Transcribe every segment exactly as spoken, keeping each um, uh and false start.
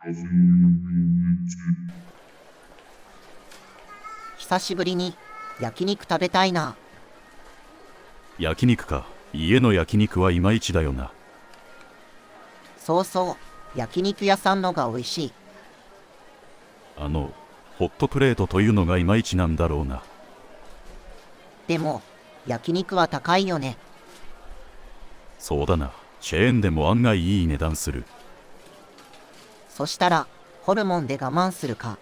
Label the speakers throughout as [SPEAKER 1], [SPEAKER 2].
[SPEAKER 1] 久しぶりに焼肉食べたいな。
[SPEAKER 2] 焼肉か。家の焼肉はいまいちだよな。
[SPEAKER 1] そうそう、焼肉屋さんのが美味しい。
[SPEAKER 2] あのホットプレートというのがいまいちなんだろうな。
[SPEAKER 1] でも焼肉は高いよね。
[SPEAKER 2] そうだな。チェーンでも案外いい値段する。
[SPEAKER 1] そしたらホルモンで我慢するか。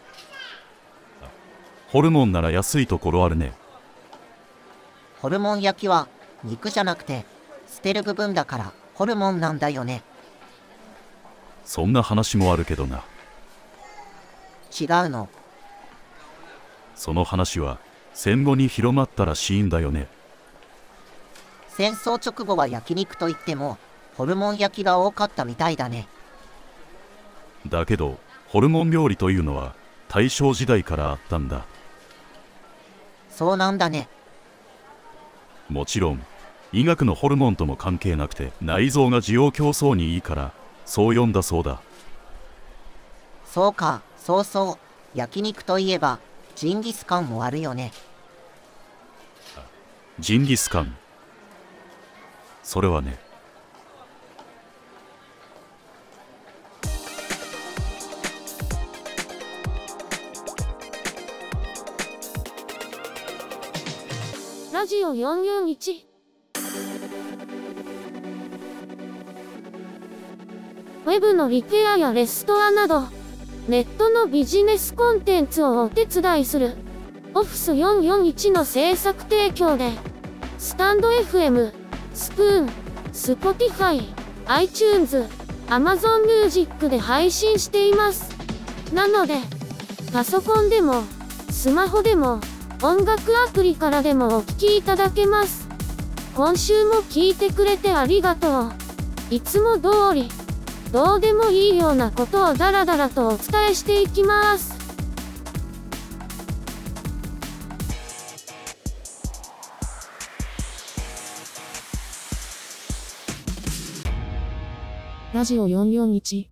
[SPEAKER 2] ホルモンなら安いところあるね。
[SPEAKER 1] ホルモン焼きは肉じゃなくて捨てる部分だからホルモンなんだよね。
[SPEAKER 2] そんな話もあるけどな。
[SPEAKER 1] 違うの。
[SPEAKER 2] その話は戦後に広まったらしいんだよね。
[SPEAKER 1] 戦争直後は焼肉といってもホルモン焼きが多かったみたいだね。
[SPEAKER 2] だけどホルモン料理というのは大正時代からあったんだ。
[SPEAKER 1] そうなんだね。
[SPEAKER 2] もちろん医学のホルモンとも関係なくて内臓が滋養強壮にいいからそう呼んだそうだ。
[SPEAKER 1] そうか、そうそう。焼肉といえばジンギスカンもあるよね。
[SPEAKER 2] ジンギスカン。それはね。
[SPEAKER 3] ラジオよんよんいち。ウェブのリペアやレストアなど、ネットのビジネスコンテンツをお手伝いする、オフィスよんよんいちの制作提供で、スタンド エフエム、スプーン、スポティファイ、iTunes、Amazon Music で配信しています。なので、パソコンでも、スマホでも、音楽アプリからでもお聴きいただけます。今週も聴いてくれてありがとう。いつも通り、どうでもいいようなことをダラダラとお伝えしていきます。ラジオよんよんいち。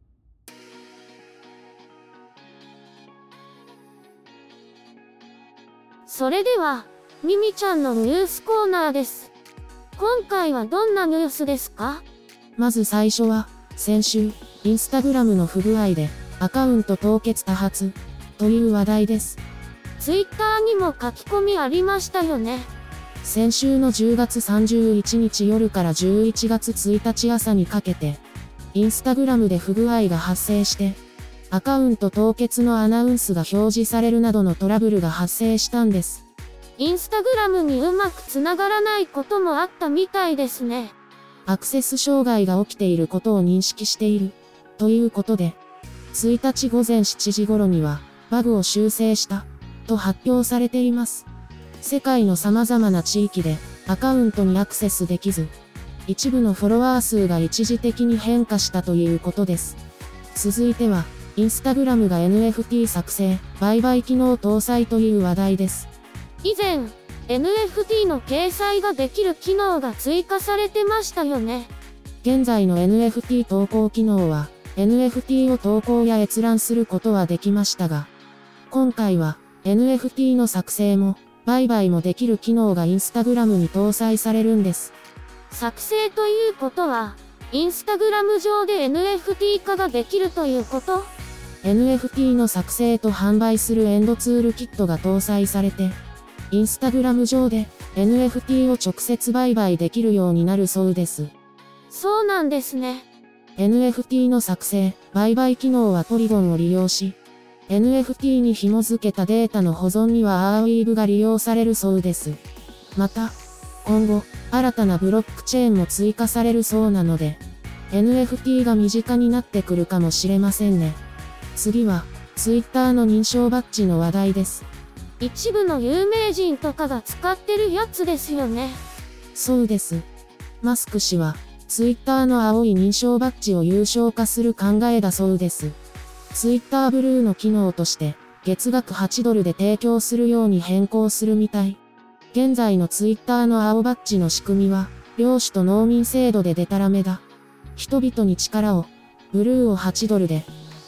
[SPEAKER 3] それでは、ミミちゃんのニュースコーナーです。今回はどんなニュースですか？まず最初は、先週、インスタグラムの不具合で、アカウント凍結多発、という話題です。ツイッターにも書き込みありましたよね。先週のじゅうがつさんじゅういちにち夜からじゅういちがつついたち朝にかけて、インスタグラムで不具合が発生して、アカウント凍結のアナウンスが表示されるなどのトラブルが発生したんです。インスタグラムにうまくつながらないこともあったみたいですね。アクセス障害が起きていることを認識している。ということで、ついたちごぜんしちじ頃には、バグを修正した、と発表されています。世界の様々な地域で、アカウントにアクセスできず、一部のフォロワー数が一時的に変化したということです。続いては、インスタグラムが エヌエフティー 作成、売買機能搭載という話題です。以前、エヌエフティー の掲載ができる機能が追加されてましたよね。現在の エヌエフティー 投稿機能は、エヌエフティー を投稿や閲覧することはできましたが、今回は エヌエフティー の作成も、売買もできる機能がインスタグラムに搭載されるんです。作成ということは、インスタグラム上で エヌエフティー 化ができるということ？ エヌエフティー の作成と販売するエンドツールキットが搭載されて、インスタグラム上で エヌエフティー を直接売買できるようになるそうです。そうなんですね。エヌエフティー の作成、売買機能はポリゴンを利用し、エヌエフティー に紐付けたデータの保存にはアーウィーブが利用されるそうです。また、今後、新たなブロックチェーンも追加されるそうなので、エヌエフティー が身近になってくるかもしれませんね。次は、Twitter の認証バッジの話題です。一部の有名人とかが使ってるやつですよね。そうです。マスク氏は、Twitter の青い認証バッジを有償化する考えだそうです。Twitter ブルーの機能として、月額はちドルで提供するように変更するみたい。現在の Twitter の青バッジの仕組みは、領主と農民制度でデタラメだ。人々に力を、ブルーをはちドルで、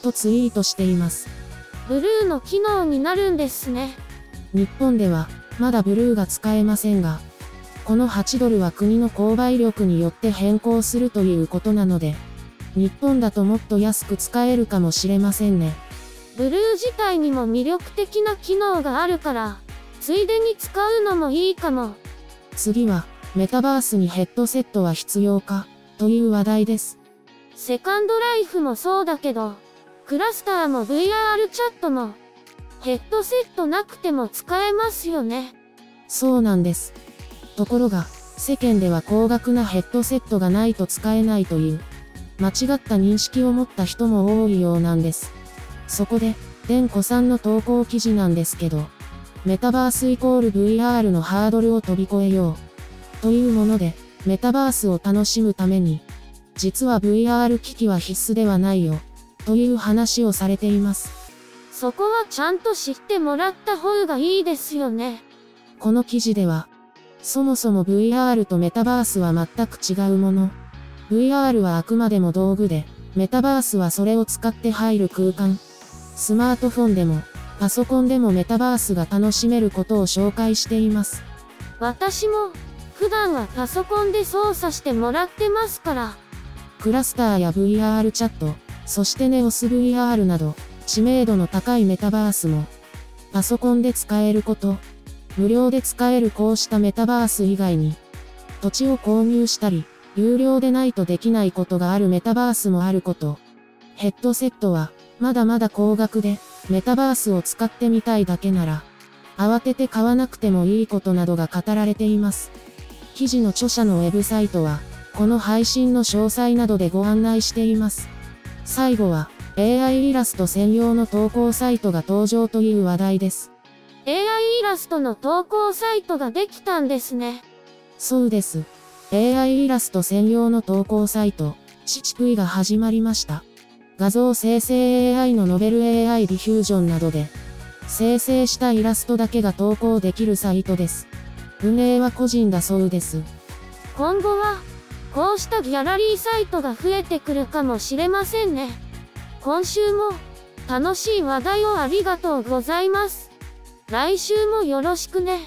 [SPEAKER 3] とツイートしています。
[SPEAKER 4] ブルーの機能になるんですね。
[SPEAKER 3] 日本では、まだブルーが使えませんが、このはちドルは国の購買力によって変更するということなので、日本だともっと安く使えるかもしれませんね。
[SPEAKER 4] ブルー自体にも魅力的な機能があるから、ついでに使うのもいいかも。
[SPEAKER 3] 次は、メタバースにヘッドセットは必要か、という話題です。
[SPEAKER 4] セカンドライフもそうだけど、クラスターも ブイアール チャットも、ヘッドセットなくても使えますよね。
[SPEAKER 3] そうなんです。ところが、世間では高額なヘッドセットがないと使えないという、間違った認識を持った人も多いようなんです。そこで、デンコさんの投稿記事なんですけど、メタバースイコール ブイアール のハードルを飛び越えよう、というもので、メタバースを楽しむために、実は ブイアール 機器は必須ではないよ、という話をされています。
[SPEAKER 4] そこはちゃんと知ってもらった方がいいですよね。
[SPEAKER 3] この記事では、そもそも ブイアール とメタバースは全く違うもの。ブイアール はあくまでも道具で、メタバースはそれを使って入る空間。スマートフォンでも、パソコンでもメタバースが楽しめることを紹介しています。
[SPEAKER 4] 私も、普段はパソコンで操作してもらってますから。
[SPEAKER 3] クラスターや ブイアール チャット、そして ネオス ブイアール など、知名度の高いメタバースも、パソコンで使えること、無料で使えるこうしたメタバース以外に、土地を購入したり、有料でないとできないことがあるメタバースもあること。ヘッドセットは、まだまだ高額で、メタバースを使ってみたいだけなら、慌てて買わなくてもいいことなどが語られています。記事の著者のウェブサイトは、この配信の詳細などでご案内しています。最後は、エーアイ イラスト専用の投稿サイトが登場という話題です。
[SPEAKER 4] エーアイ イラストの投稿サイトができたんですね。
[SPEAKER 3] そうです。エーアイ イラスト専用の投稿サイト、チチプイが始まりました。画像生成 エーアイ のノベル エーアイ ディフュージョンなどで、生成したイラストだけが投稿できるサイトです。運営は個人だそうです。
[SPEAKER 4] 今後は、こうしたギャラリーサイトが増えてくるかもしれませんね。今週も、楽しい話題をありがとうございます。来週もよろしくね。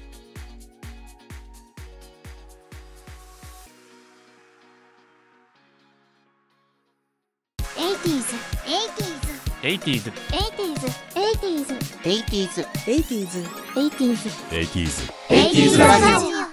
[SPEAKER 5] エイティーズ、エイティーズ、
[SPEAKER 6] エイティーズ、
[SPEAKER 5] エイティーズ、エイティーズ、
[SPEAKER 1] エイティーズ、
[SPEAKER 7] エイティーズ、
[SPEAKER 5] エイティーズ、
[SPEAKER 2] エイティーズ。
[SPEAKER 5] エイティーズラジオ。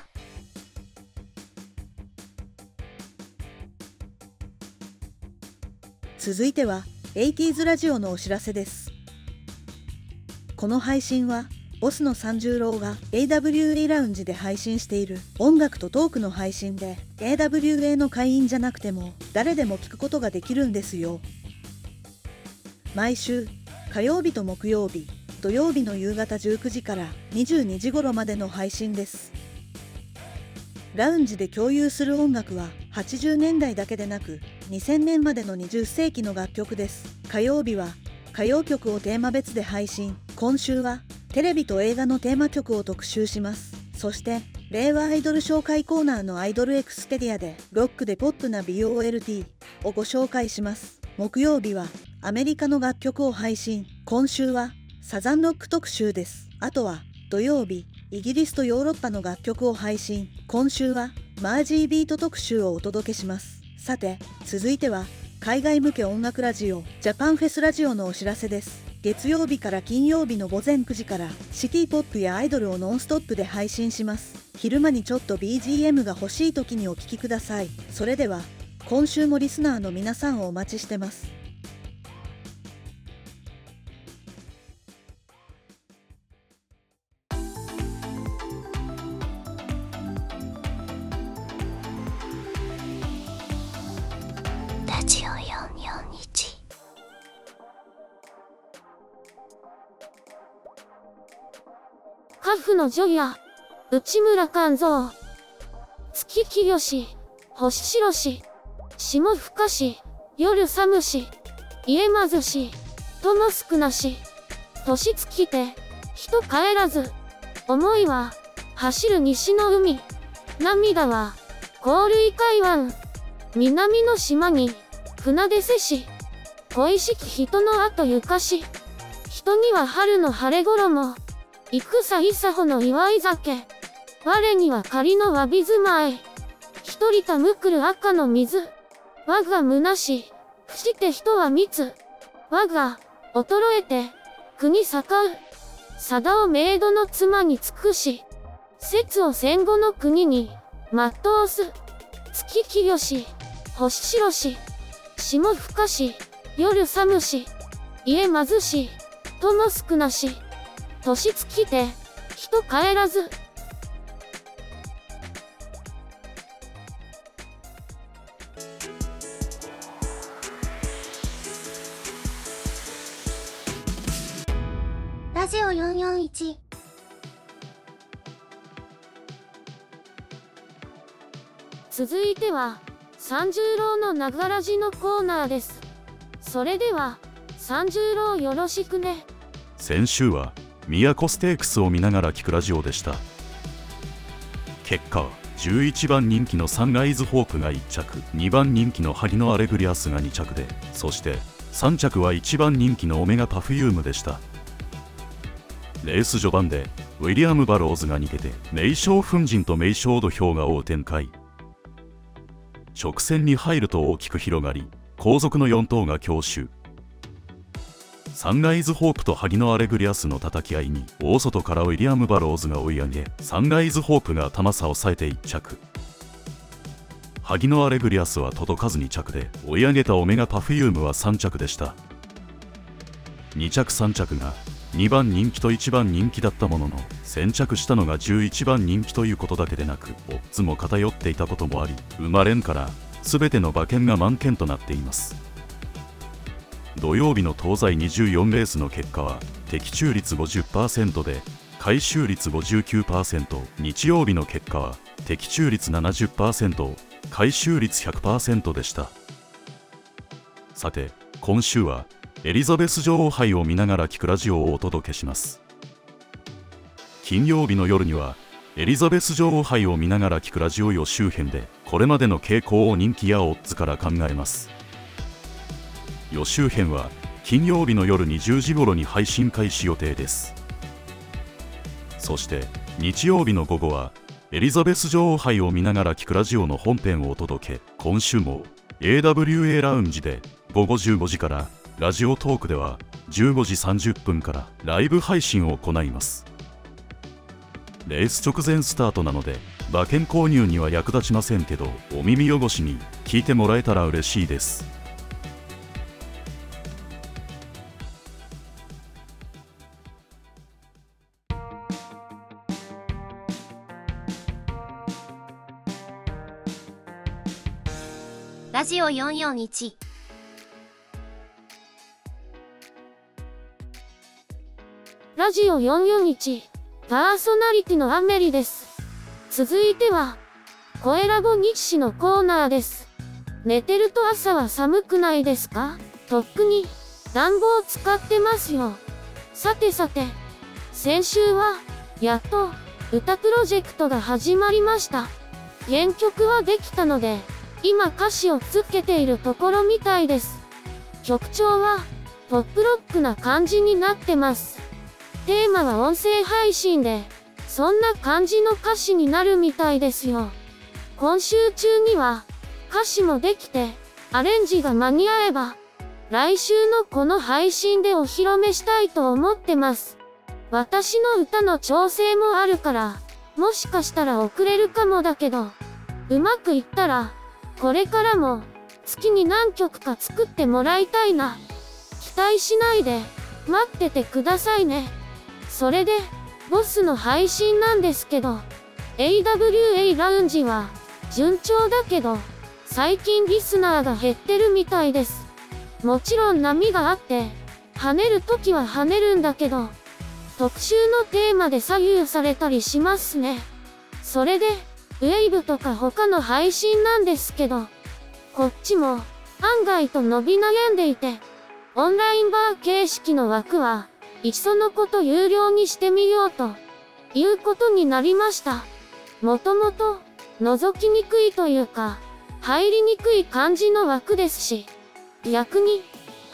[SPEAKER 7] 続いては エイティーズ ラジオのお知らせです。この配信はボスの三十郎が エーダブリューエー ラウンジで配信している音楽とトークの配信で エーダブリューエー の会員じゃなくても誰でも聞くことができるんですよ。毎週火曜日と木曜日、土曜日の夕方じゅうくじからにじゅうにじ頃までの配信です。ラウンジで共有する音楽ははちじゅうねんだいだけでなくにせんねんまでのにじゅっせいきの楽曲です。火曜日は歌謡曲をテーマ別で配信。今週はテレビと映画のテーマ曲を特集します。そして令和アイドル紹介コーナーのアイドルエクステリアでロックでポップな ビーオーエルティー をご紹介します。木曜日はアメリカの楽曲を配信。今週はサザンロック特集です。あとは土曜日イギリスとヨーロッパの楽曲を配信。今週はマージービート特集をお届けします。さて続いては海外向け音楽ラジオジャパンフェスラジオのお知らせです。月曜日から金曜日のごぜんくじからシティポップやアイドルをノンストップで配信します。昼間にちょっと ビージーエム が欲しい時にお聴きください。それでは今週もリスナーの皆さんをお待ちしてます。
[SPEAKER 5] ラジオよんよんいち。
[SPEAKER 4] カフのジョヤ、内村勘三、月清し、星白し、霜吹かし、夜寒し、家まずし、とも少なし、年尽きて、人帰らず、思いは、走る西の海、涙は、香類海湾、南の島に、船出せし、 恋しき人の後ゆかし。人には春の晴れ衣。戦いさほの祝い酒。我には仮のわび住まい。一人たむくる赤の水。我が虚し。伏して人は密。我が、衰えて、国栄う。貞をメイドの妻に尽くし。節を戦後の国に、全うす。月清し、星白し。霜深し、夜寒し。家貧し、友少なし。年尽きて、人帰らず。
[SPEAKER 5] ラジオよんよんいち。
[SPEAKER 4] 続いては、三十郎のながらじのコーナーです。それでは、三十郎よろしくね。
[SPEAKER 2] 先週は都ステークスを見ながら聞くラジオでした。結果はじゅういちばん人気のサンライズホープがいっ着、にばん人気のハギノアレグリアスがに着で、そしてさん着はいちばん人気のオメガパフュームでした。レース序盤でウィリアム・バローズが逃げて名将粉塵と名将土俵が追う展開。直線に入ると大きく広がり、後続のよん頭が強襲。サンライズホープとハギノアレグリアスの叩き合いに大外からウィリアム・バローズが追い上げ、サンライズホープが玉差を抑えていっ着。ハギノアレグリアスは届かずに着で、追い上げたオメガパフュームはさん着でした。に着さん着がにばん人気といちばん人気だったものの、先着したのがじゅういちばん人気ということだけでなく、オッズも偏っていたこともあり、生まれんから全ての馬券が満点となっています。土曜日の東西にじゅうよんレースの結果は的中率 ごじゅっパーセント で回収率 ごじゅうきゅうパーセント、日曜日の結果は的中率 ななじゅっパーセント、回収率 ひゃくパーセント でした。さて今週はエリザベス女王杯を見ながら聞くラジオをお届けします。金曜日の夜にはエリザベス女王杯を見ながら聞くラジオ予習編でこれまでの傾向を人気やオッズから考えます。予習編は金曜日の夜にじゅうじ頃に配信開始予定です。そして日曜日の午後はエリザベス女王杯を見ながら聞くラジオの本編をお届け。今週も エーダブリューエー ラウンジで午後じゅうごじから、ラジオトークではじゅうごじさんじゅっぷんからライブ配信を行います。レース直前スタートなので馬券購入には役立ちませんけど、お耳汚しに聞いてもらえたら嬉しいです。
[SPEAKER 5] ラジオよんよんいち。
[SPEAKER 4] ラジオよんよんいち、パーソナリティのアメリです。続いては、声ラボ日誌のコーナーです。寝てると朝は寒くないですか？とっくに暖房使ってますよ。さてさて、先週は、やっと、歌プロジェクトが始まりました。原曲はできたので、今歌詞をつけているところみたいです。曲調は、ポップロックな感じになってます。テーマは音声配信で、そんな感じの歌詞になるみたいですよ。今週中には、歌詞もできて、アレンジが間に合えば、来週のこの配信でお披露目したいと思ってます。私の歌の調整もあるから、もしかしたら遅れるかもだけど、うまくいったら、これからも、月に何曲か作ってもらいたいな。期待しないで、待っててくださいね。それで、ボスの配信なんですけど、エーダブリューエー ラウンジは、順調だけど、最近リスナーが減ってるみたいです。もちろん波があって、跳ねるときは跳ねるんだけど、特集のテーマで左右されたりしますね。それで、ウェーブとか他の配信なんですけど、こっちも、案外と伸び悩んでいて、オンラインバー形式の枠は、いっそのこと有料にしてみようと、いうことになりました。もともと、覗きにくいというか、入りにくい感じの枠ですし、逆に、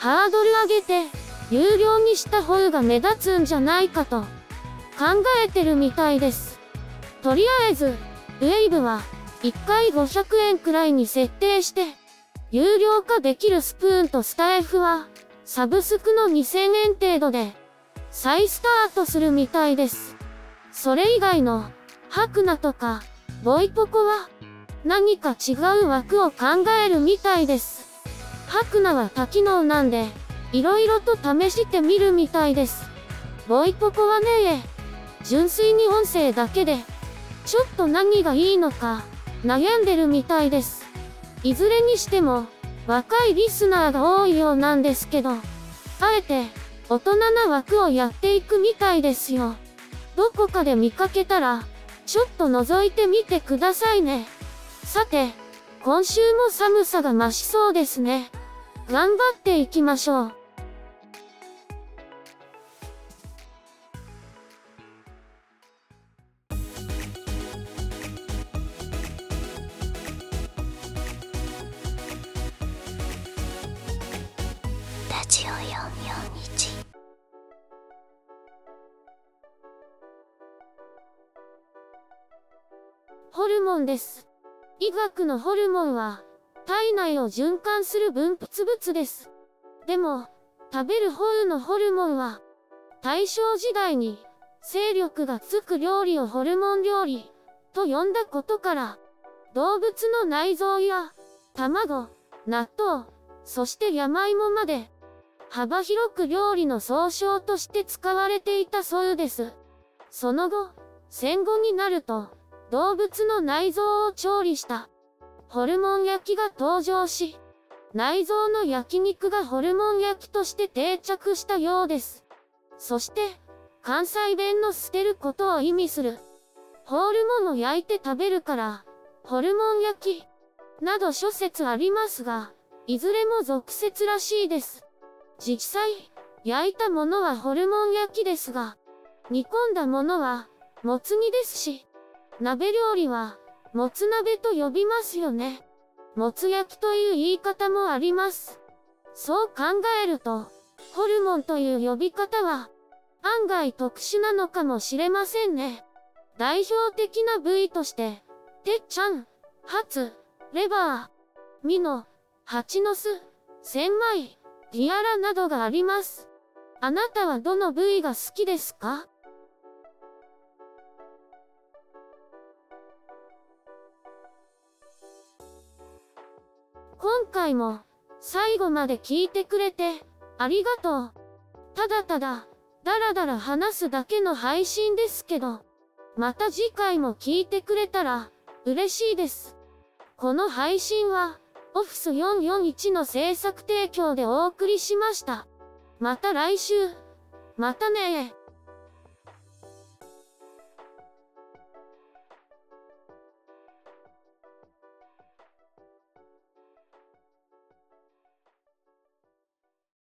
[SPEAKER 4] ハードル上げて、有料にした方が目立つんじゃないかと、考えてるみたいです。とりあえず、ウェイブはいっかいごひゃくえんくらいに設定して、有料化できるスプーンとスタイフは、サブスクのにせんえん程度で、再スタートするみたいです。それ以外の、ハクナとか、ボイポコは、何か違う枠を考えるみたいです。ハクナは多機能なんで、いろいろと試してみるみたいです。ボイポコはね、純粋に音声だけで、ちょっと何がいいのか、悩んでるみたいです。いずれにしても、若いリスナーが多いようなんですけど、あえて、大人な枠をやっていくみたいですよ。どこかで見かけたら、ちょっと覗いてみてくださいね。さて、今週も寒さが増しそうですね。頑張っていきましょう。
[SPEAKER 5] ラジオよんよんいち。
[SPEAKER 4] ホルモンです。医学のホルモンは、体内を循環する分泌物です。でも、食べる方のホルモンは、大正時代に、勢力がつく料理をホルモン料理、と呼んだことから、動物の内臓や、卵、納豆、そして山芋まで、幅広く料理の総称として使われていたそうです。その後、戦後になると、動物の内臓を調理した、ホルモン焼きが登場し、内臓の焼肉がホルモン焼きとして定着したようです。そして、関西弁の捨てることを意味する、ホルモンを焼いて食べるから、ホルモン焼き、など諸説ありますが、いずれも俗説らしいです。実際、焼いたものはホルモン焼きですが、煮込んだものは、もつ煮ですし、鍋料理は、もつ鍋と呼びますよね。もつ焼きという言い方もあります。そう考えると、ホルモンという呼び方は、案外特殊なのかもしれませんね。代表的な部位として、てっちゃん、ハツ、レバー、ミノ、蜂の巣、センマイ、ディアラなどがあります。あなたはどの部位が好きですか？今回も最後まで聞いてくれてありがとう。ただただだらだら話すだけの配信ですけど、また次回も聞いてくれたら嬉しいです。この配信はオフィスよんよんいちの制作提供でお送りしました。また来週。またねー。